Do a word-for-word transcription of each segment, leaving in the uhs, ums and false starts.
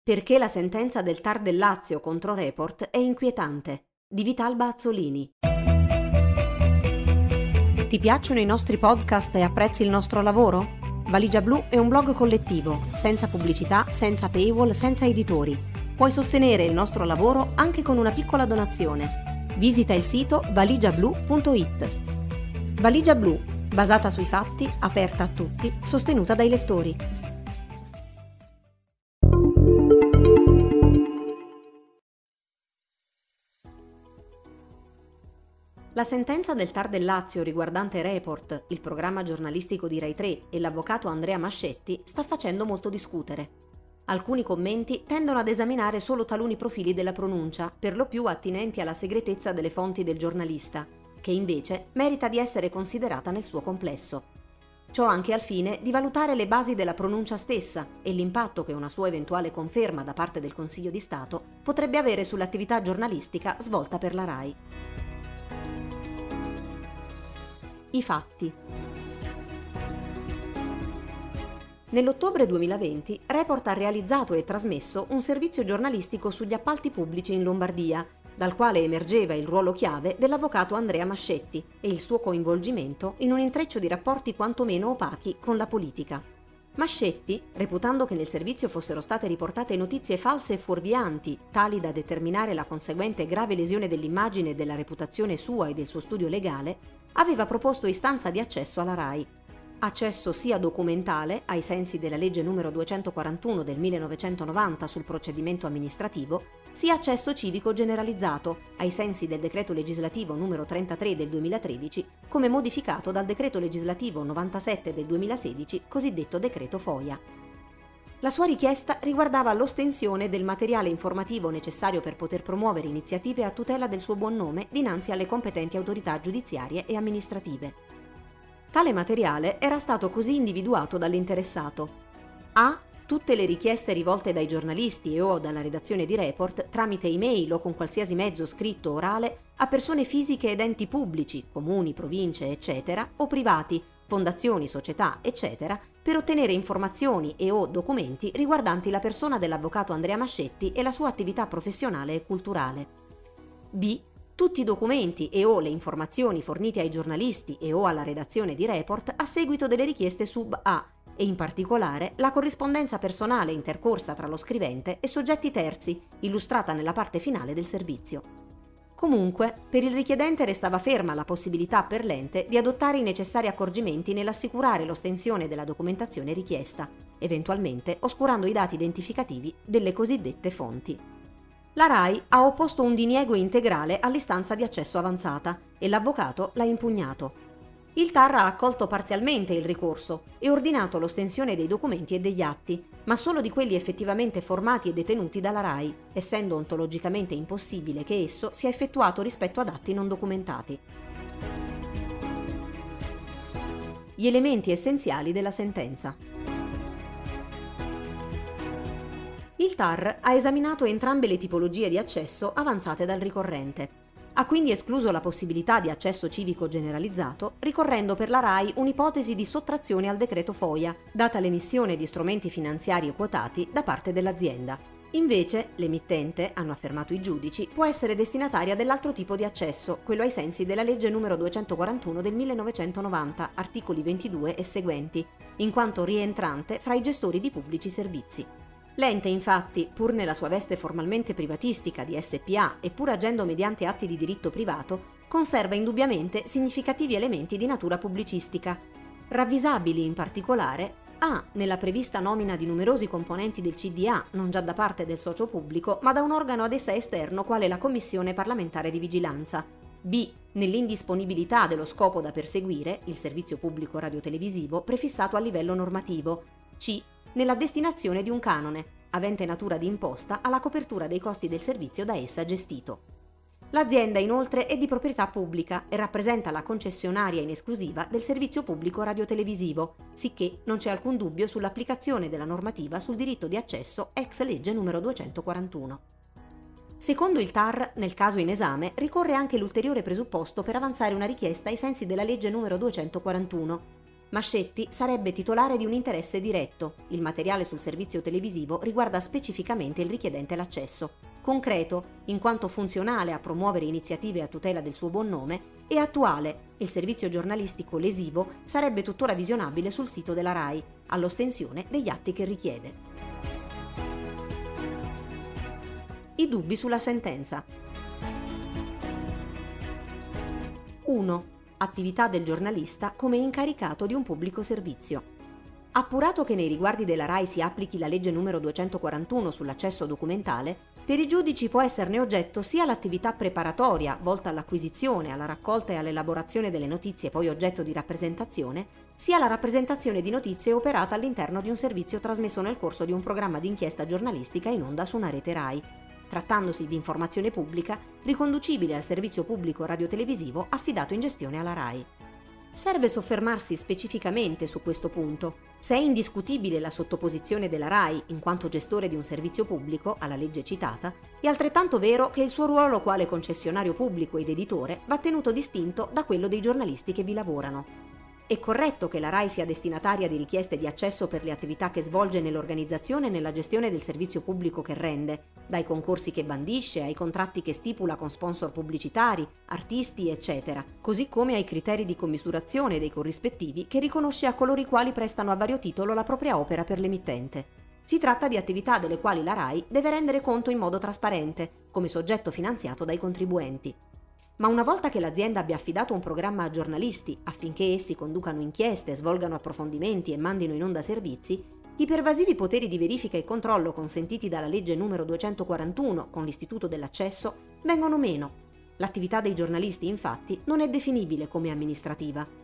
Perché la sentenza del T A R del Lazio contro Report è inquietante, di Vitalba Azzolini. Ti piacciono i nostri podcast e apprezzi il nostro lavoro? Valigia Blu è un blog collettivo, senza pubblicità, senza paywall, senza editori. Puoi sostenere il nostro lavoro anche con una piccola donazione. Visita il sito valigia blu punto it. Valigia Blu, basata sui fatti, aperta a tutti, sostenuta dai lettori. La sentenza del T A R del Lazio riguardante Report, il programma giornalistico di Rai tre, e l'avvocato Andrea Mascetti sta facendo molto discutere. Alcuni commenti tendono ad esaminare solo taluni profili della pronuncia, per lo più attinenti alla segretezza delle fonti del giornalista, che invece merita di essere considerata nel suo complesso. Ciò anche al fine di valutare le basi della pronuncia stessa e l'impatto che una sua eventuale conferma da parte del Consiglio di Stato potrebbe avere sull'attività giornalistica svolta per la Rai. I fatti. Nell'ottobre duemilaventi, Report ha realizzato e trasmesso un servizio giornalistico sugli appalti pubblici in Lombardia, dal quale emergeva il ruolo chiave dell'avvocato Andrea Mascetti e il suo coinvolgimento in un intreccio di rapporti quantomeno opachi con la politica. Mascetti, reputando che nel servizio fossero state riportate notizie false e fuorvianti, tali da determinare la conseguente grave lesione dell'immagine e della reputazione sua e del suo studio legale, aveva proposto istanza di accesso alla Rai. Accesso sia documentale, ai sensi della legge numero duecentoquarantuno del millenovecentonovanta sul procedimento amministrativo, sia accesso civico generalizzato, ai sensi del decreto legislativo numero trentatré del duemilatredici, come modificato dal decreto legislativo novantasette del duemilasedici, cosiddetto decreto Foia. La sua richiesta riguardava l'ostensione del materiale informativo necessario per poter promuovere iniziative a tutela del suo buon nome dinanzi alle competenti autorità giudiziarie e amministrative. Tale materiale era stato così individuato dall'interessato: A. Tutte le richieste rivolte dai giornalisti e o dalla redazione di Report tramite email o con qualsiasi mezzo scritto o orale a persone fisiche ed enti pubblici, comuni, province, eccetera, o privati, fondazioni, società, eccetera, per ottenere informazioni e o documenti riguardanti la persona dell'avvocato Andrea Mascetti e la sua attività professionale e culturale. B. Tutti i documenti e o le informazioni forniti ai giornalisti e o alla redazione di Report a seguito delle richieste sub A, e in particolare la corrispondenza personale intercorsa tra lo scrivente e soggetti terzi, illustrata nella parte finale del servizio. Comunque, per il richiedente restava ferma la possibilità per l'ente di adottare i necessari accorgimenti nell'assicurare l'ostensione della documentazione richiesta, eventualmente oscurando i dati identificativi delle cosiddette fonti. La Rai ha opposto un diniego integrale all'istanza di accesso avanzata e l'avvocato l'ha impugnato. Il T A R ha accolto parzialmente il ricorso e ordinato l'ostensione dei documenti e degli atti, ma solo di quelli effettivamente formati e detenuti dalla Rai, essendo ontologicamente impossibile che esso sia effettuato rispetto ad atti non documentati. Gli elementi essenziali della sentenza. Il T A R ha esaminato entrambe le tipologie di accesso avanzate dal ricorrente. Ha quindi escluso la possibilità di accesso civico generalizzato, ricorrendo per la Rai un'ipotesi di sottrazione al decreto Foia, data l'emissione di strumenti finanziari quotati da parte dell'azienda. Invece, l'emittente, hanno affermato i giudici, può essere destinataria dell'altro tipo di accesso, quello ai sensi della legge numero duecentoquarantuno del millenovecentonovanta, articoli ventidue e seguenti, in quanto rientrante fra i gestori di pubblici servizi. L'ente, infatti, pur nella sua veste formalmente privatistica di S P A e pur agendo mediante atti di diritto privato, conserva indubbiamente significativi elementi di natura pubblicistica, ravvisabili in particolare a. nella prevista nomina di numerosi componenti del C D A, non già da parte del socio pubblico, ma da un organo ad essa esterno quale la Commissione parlamentare di vigilanza, b. nell'indisponibilità dello scopo da perseguire, il servizio pubblico radiotelevisivo, prefissato a livello normativo, c. nella destinazione di un canone, avente natura di imposta, alla copertura dei costi del servizio da essa gestito. L'azienda inoltre è di proprietà pubblica e rappresenta la concessionaria in esclusiva del servizio pubblico radiotelevisivo, sicché non c'è alcun dubbio sull'applicazione della normativa sul diritto di accesso ex legge numero duecentoquarantuno. Secondo il T A R, nel caso in esame, ricorre anche l'ulteriore presupposto per avanzare una richiesta ai sensi della legge numero duecentoquarantuno, Mascetti sarebbe titolare di un interesse diretto. Il materiale sul servizio televisivo riguarda specificamente il richiedente l'accesso, concreto, in quanto funzionale a promuovere iniziative a tutela del suo buon nome, e attuale, il servizio giornalistico lesivo sarebbe tuttora visionabile sul sito della RAI, all'ostensione degli atti che richiede. I dubbi sulla sentenza. uno. Attività del giornalista come incaricato di un pubblico servizio. Appurato che nei riguardi della RAI si applichi la legge numero duecentoquarantuno sull'accesso documentale, per i giudici può esserne oggetto sia l'attività preparatoria volta all'acquisizione, alla raccolta e all'elaborazione delle notizie poi oggetto di rappresentazione, sia la rappresentazione di notizie operata all'interno di un servizio trasmesso nel corso di un programma di inchiesta giornalistica in onda su una rete RAI, trattandosi di informazione pubblica riconducibile al servizio pubblico radiotelevisivo affidato in gestione alla RAI. Serve soffermarsi specificamente su questo punto. Se è indiscutibile la sottoposizione della RAI in quanto gestore di un servizio pubblico alla legge citata, è altrettanto vero che il suo ruolo quale concessionario pubblico ed editore va tenuto distinto da quello dei giornalisti che vi lavorano. È corretto che la RAI sia destinataria di richieste di accesso per le attività che svolge nell'organizzazione e nella gestione del servizio pubblico che rende, dai concorsi che bandisce, ai contratti che stipula con sponsor pubblicitari, artisti, eccetera, così come ai criteri di commisurazione dei corrispettivi che riconosce a coloro i quali prestano a vario titolo la propria opera per l'emittente. Si tratta di attività delle quali la RAI deve rendere conto in modo trasparente, come soggetto finanziato dai contribuenti. Ma una volta che l'azienda abbia affidato un programma a giornalisti affinché essi conducano inchieste, svolgano approfondimenti e mandino in onda servizi, i pervasivi poteri di verifica e controllo consentiti dalla legge numero duecentoquarantuno con l'istituto dell'accesso vengono meno. L'attività dei giornalisti, infatti, non è definibile come amministrativa.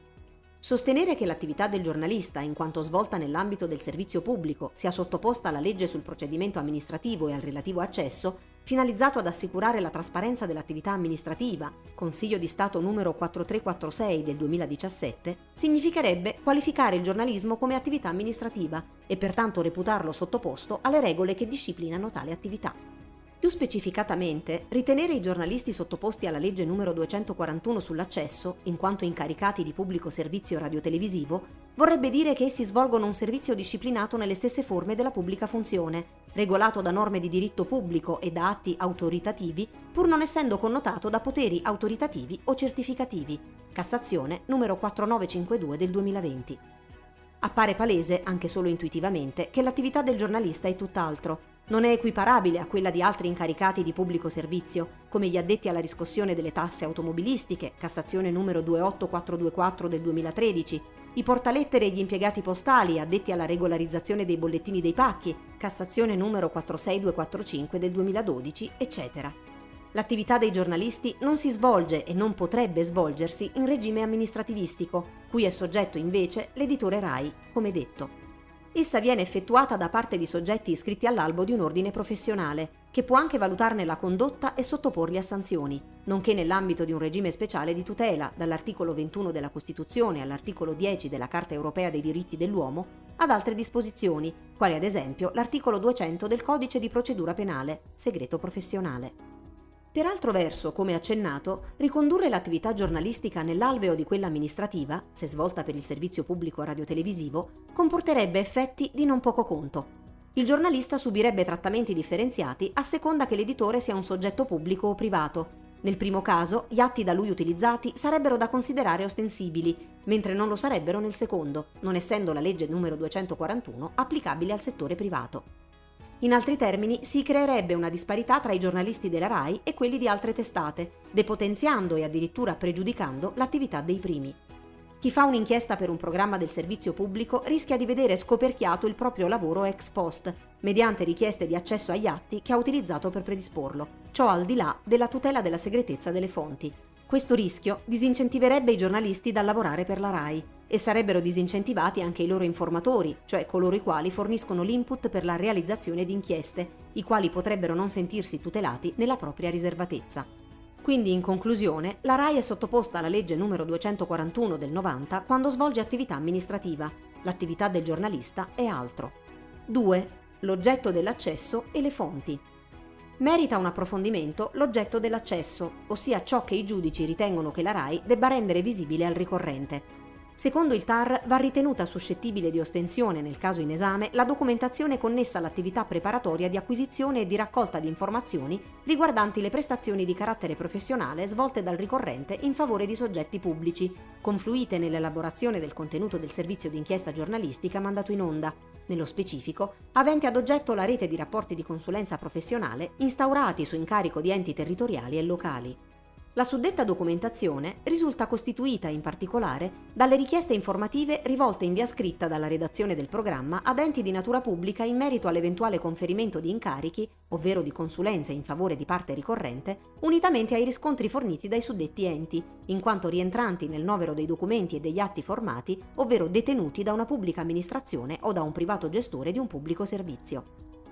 Sostenere che l'attività del giornalista, in quanto svolta nell'ambito del servizio pubblico, sia sottoposta alla legge sul procedimento amministrativo e al relativo accesso, finalizzato ad assicurare la trasparenza dell'attività amministrativa, Consiglio di Stato numero quattrotrequarantasei del duemiladiciassette, significherebbe qualificare il giornalismo come attività amministrativa e pertanto reputarlo sottoposto alle regole che disciplinano tale attività. Più specificatamente, ritenere i giornalisti sottoposti alla legge numero duecentoquarantuno sull'accesso, in quanto incaricati di pubblico servizio radiotelevisivo, vorrebbe dire che essi svolgono un servizio disciplinato nelle stesse forme della pubblica funzione, regolato da norme di diritto pubblico e da atti autoritativi, pur non essendo connotato da poteri autoritativi o certificativi. Cassazione numero quattromilanovecentocinquantadue del duemilaventi. Appare palese, anche solo intuitivamente, che l'attività del giornalista è tutt'altro. Non è equiparabile a quella di altri incaricati di pubblico servizio, come gli addetti alla riscossione delle tasse automobilistiche, Cassazione numero duemilaottocentoventiquattro del duemilatredici, i portalettere e gli impiegati postali addetti alla regolarizzazione dei bollettini dei pacchi, Cassazione numero quattroseimiladuecentoquarantacinque del duemiladodici, eccetera. L'attività dei giornalisti non si svolge e non potrebbe svolgersi in regime amministrativistico, cui è soggetto invece l'editore RAI, come detto. Essa viene effettuata da parte di soggetti iscritti all'albo di un ordine professionale, che può anche valutarne la condotta e sottoporli a sanzioni, nonché nell'ambito di un regime speciale di tutela, dall'articolo ventuno della Costituzione all'articolo dieci della Carta Europea dei Diritti dell'Uomo, ad altre disposizioni, quali ad esempio l'articolo duecento del Codice di Procedura Penale, segreto professionale. Per altro verso, come accennato, ricondurre l'attività giornalistica nell'alveo di quella amministrativa, se svolta per il servizio pubblico radiotelevisivo, comporterebbe effetti di non poco conto. Il giornalista subirebbe trattamenti differenziati a seconda che l'editore sia un soggetto pubblico o privato. Nel primo caso, gli atti da lui utilizzati sarebbero da considerare ostensibili, mentre non lo sarebbero nel secondo, non essendo la legge numero duecentoquarantuno applicabile al settore privato. In altri termini, si creerebbe una disparità tra i giornalisti della RAI e quelli di altre testate, depotenziando e addirittura pregiudicando l'attività dei primi. Chi fa un'inchiesta per un programma del servizio pubblico rischia di vedere scoperchiato il proprio lavoro ex post, mediante richieste di accesso agli atti che ha utilizzato per predisporlo, ciò al di là della tutela della segretezza delle fonti. Questo rischio disincentiverebbe i giornalisti dal lavorare per la RAI e sarebbero disincentivati anche i loro informatori, cioè coloro i quali forniscono l'input per la realizzazione di inchieste, i quali potrebbero non sentirsi tutelati nella propria riservatezza. Quindi, in conclusione, la RAI è sottoposta alla legge numero duecentoquarantuno del novanta quando svolge attività amministrativa. L'attività del giornalista è altro. due. L'oggetto dell'accesso e le fonti. Merita un approfondimento l'oggetto dell'accesso, ossia ciò che i giudici ritengono che la RAI debba rendere visibile al ricorrente. Secondo il T A R va ritenuta suscettibile di ostensione nel caso in esame la documentazione connessa all'attività preparatoria di acquisizione e di raccolta di informazioni riguardanti le prestazioni di carattere professionale svolte dal ricorrente in favore di soggetti pubblici, confluite nell'elaborazione del contenuto del servizio di inchiesta giornalistica mandato in onda, nello specifico avente ad oggetto la rete di rapporti di consulenza professionale instaurati su incarico di enti territoriali e locali. La suddetta documentazione risulta costituita in particolare dalle richieste informative rivolte in via scritta dalla redazione del programma ad enti di natura pubblica in merito all'eventuale conferimento di incarichi, ovvero di consulenze in favore di parte ricorrente, unitamente ai riscontri forniti dai suddetti enti, in quanto rientranti nel novero dei documenti e degli atti formati, ovvero detenuti da una pubblica amministrazione o da un privato gestore di un pubblico servizio.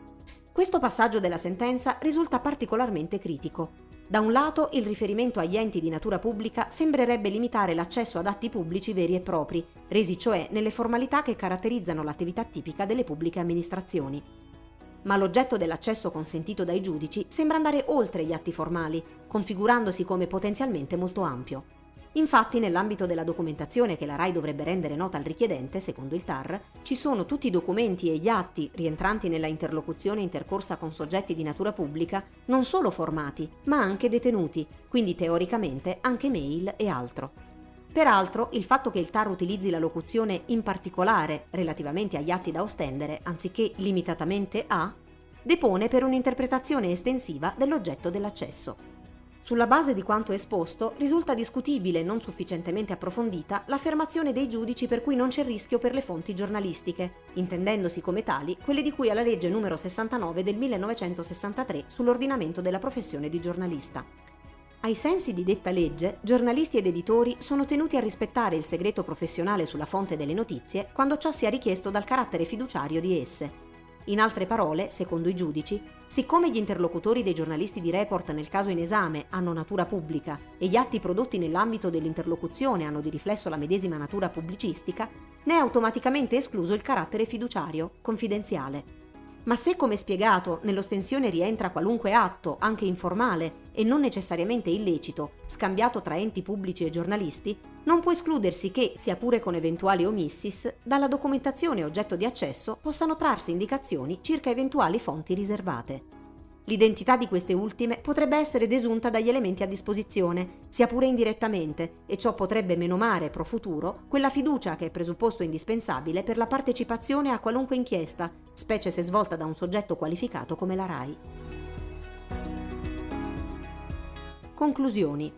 Questo passaggio della sentenza risulta particolarmente critico. Da un lato, il riferimento agli enti di natura pubblica sembrerebbe limitare l'accesso ad atti pubblici veri e propri, resi cioè nelle formalità che caratterizzano l'attività tipica delle pubbliche amministrazioni. Ma l'oggetto dell'accesso consentito dai giudici sembra andare oltre gli atti formali, configurandosi come potenzialmente molto ampio. Infatti, nell'ambito della documentazione che la RAI dovrebbe rendere nota al richiedente, secondo il T A R, ci sono tutti i documenti e gli atti rientranti nella interlocuzione intercorsa con soggetti di natura pubblica, non solo formati, ma anche detenuti, quindi teoricamente anche mail e altro. Peraltro, il fatto che il T A R utilizzi la locuzione in particolare relativamente agli atti da ostendere, anziché limitatamente a, depone per un'interpretazione estensiva dell'oggetto dell'accesso. Sulla base di quanto esposto, risulta discutibile e non sufficientemente approfondita l'affermazione dei giudici per cui non c'è rischio per le fonti giornalistiche, intendendosi come tali quelle di cui alla legge numero sessantanove del millenovecentosessantatré sull'ordinamento della professione di giornalista. Ai sensi di detta legge, giornalisti ed editori sono tenuti a rispettare il segreto professionale sulla fonte delle notizie quando ciò sia richiesto dal carattere fiduciario di esse. In altre parole, secondo i giudici, siccome gli interlocutori dei giornalisti di Report nel caso in esame hanno natura pubblica e gli atti prodotti nell'ambito dell'interlocuzione hanno di riflesso la medesima natura pubblicistica, ne è automaticamente escluso il carattere fiduciario, confidenziale. Ma se, come spiegato, nell'ostensione rientra qualunque atto, anche informale, e non necessariamente illecito, scambiato tra enti pubblici e giornalisti, non può escludersi che, sia pure con eventuali omissis, dalla documentazione oggetto di accesso possano trarsi indicazioni circa eventuali fonti riservate. L'identità di queste ultime potrebbe essere desunta dagli elementi a disposizione, sia pure indirettamente, e ciò potrebbe menomare pro futuro quella fiducia che è presupposto indispensabile per la partecipazione a qualunque inchiesta, specie se svolta da un soggetto qualificato come la RAI. Conclusioni.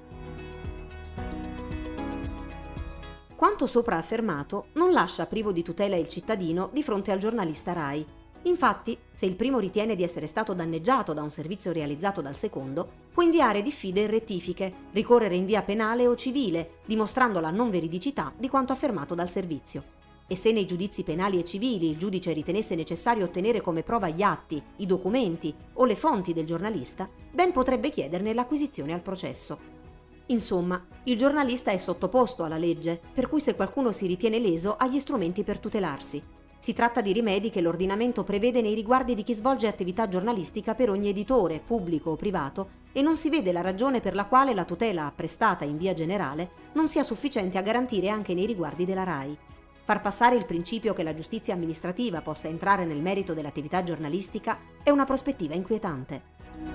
Quanto sopra affermato non lascia privo di tutela il cittadino di fronte al giornalista RAI. Infatti, se il primo ritiene di essere stato danneggiato da un servizio realizzato dal secondo, può inviare diffide e rettifiche, ricorrere in via penale o civile, dimostrando la non veridicità di quanto affermato dal servizio. E se nei giudizi penali e civili il giudice ritenesse necessario ottenere come prova gli atti, i documenti o le fonti del giornalista, ben potrebbe chiederne l'acquisizione al processo. Insomma, il giornalista è sottoposto alla legge, per cui se qualcuno si ritiene leso ha gli strumenti per tutelarsi. Si tratta di rimedi che l'ordinamento prevede nei riguardi di chi svolge attività giornalistica per ogni editore, pubblico o privato, e non si vede la ragione per la quale la tutela apprestata in via generale non sia sufficiente a garantire anche nei riguardi della RAI. Far passare il principio che la giustizia amministrativa possa entrare nel merito dell'attività giornalistica è una prospettiva inquietante.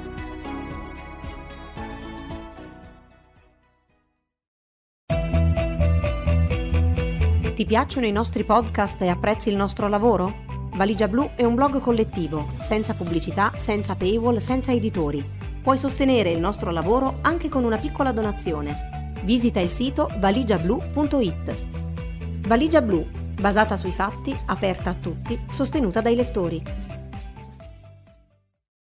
Ti piacciono i nostri podcast e apprezzi il nostro lavoro? Valigia Blu è un blog collettivo, senza pubblicità, senza paywall, senza editori. Puoi sostenere il nostro lavoro anche con una piccola donazione. Visita il sito valigia blu punto it. Valigia Blu, basata sui fatti, aperta a tutti, sostenuta dai lettori.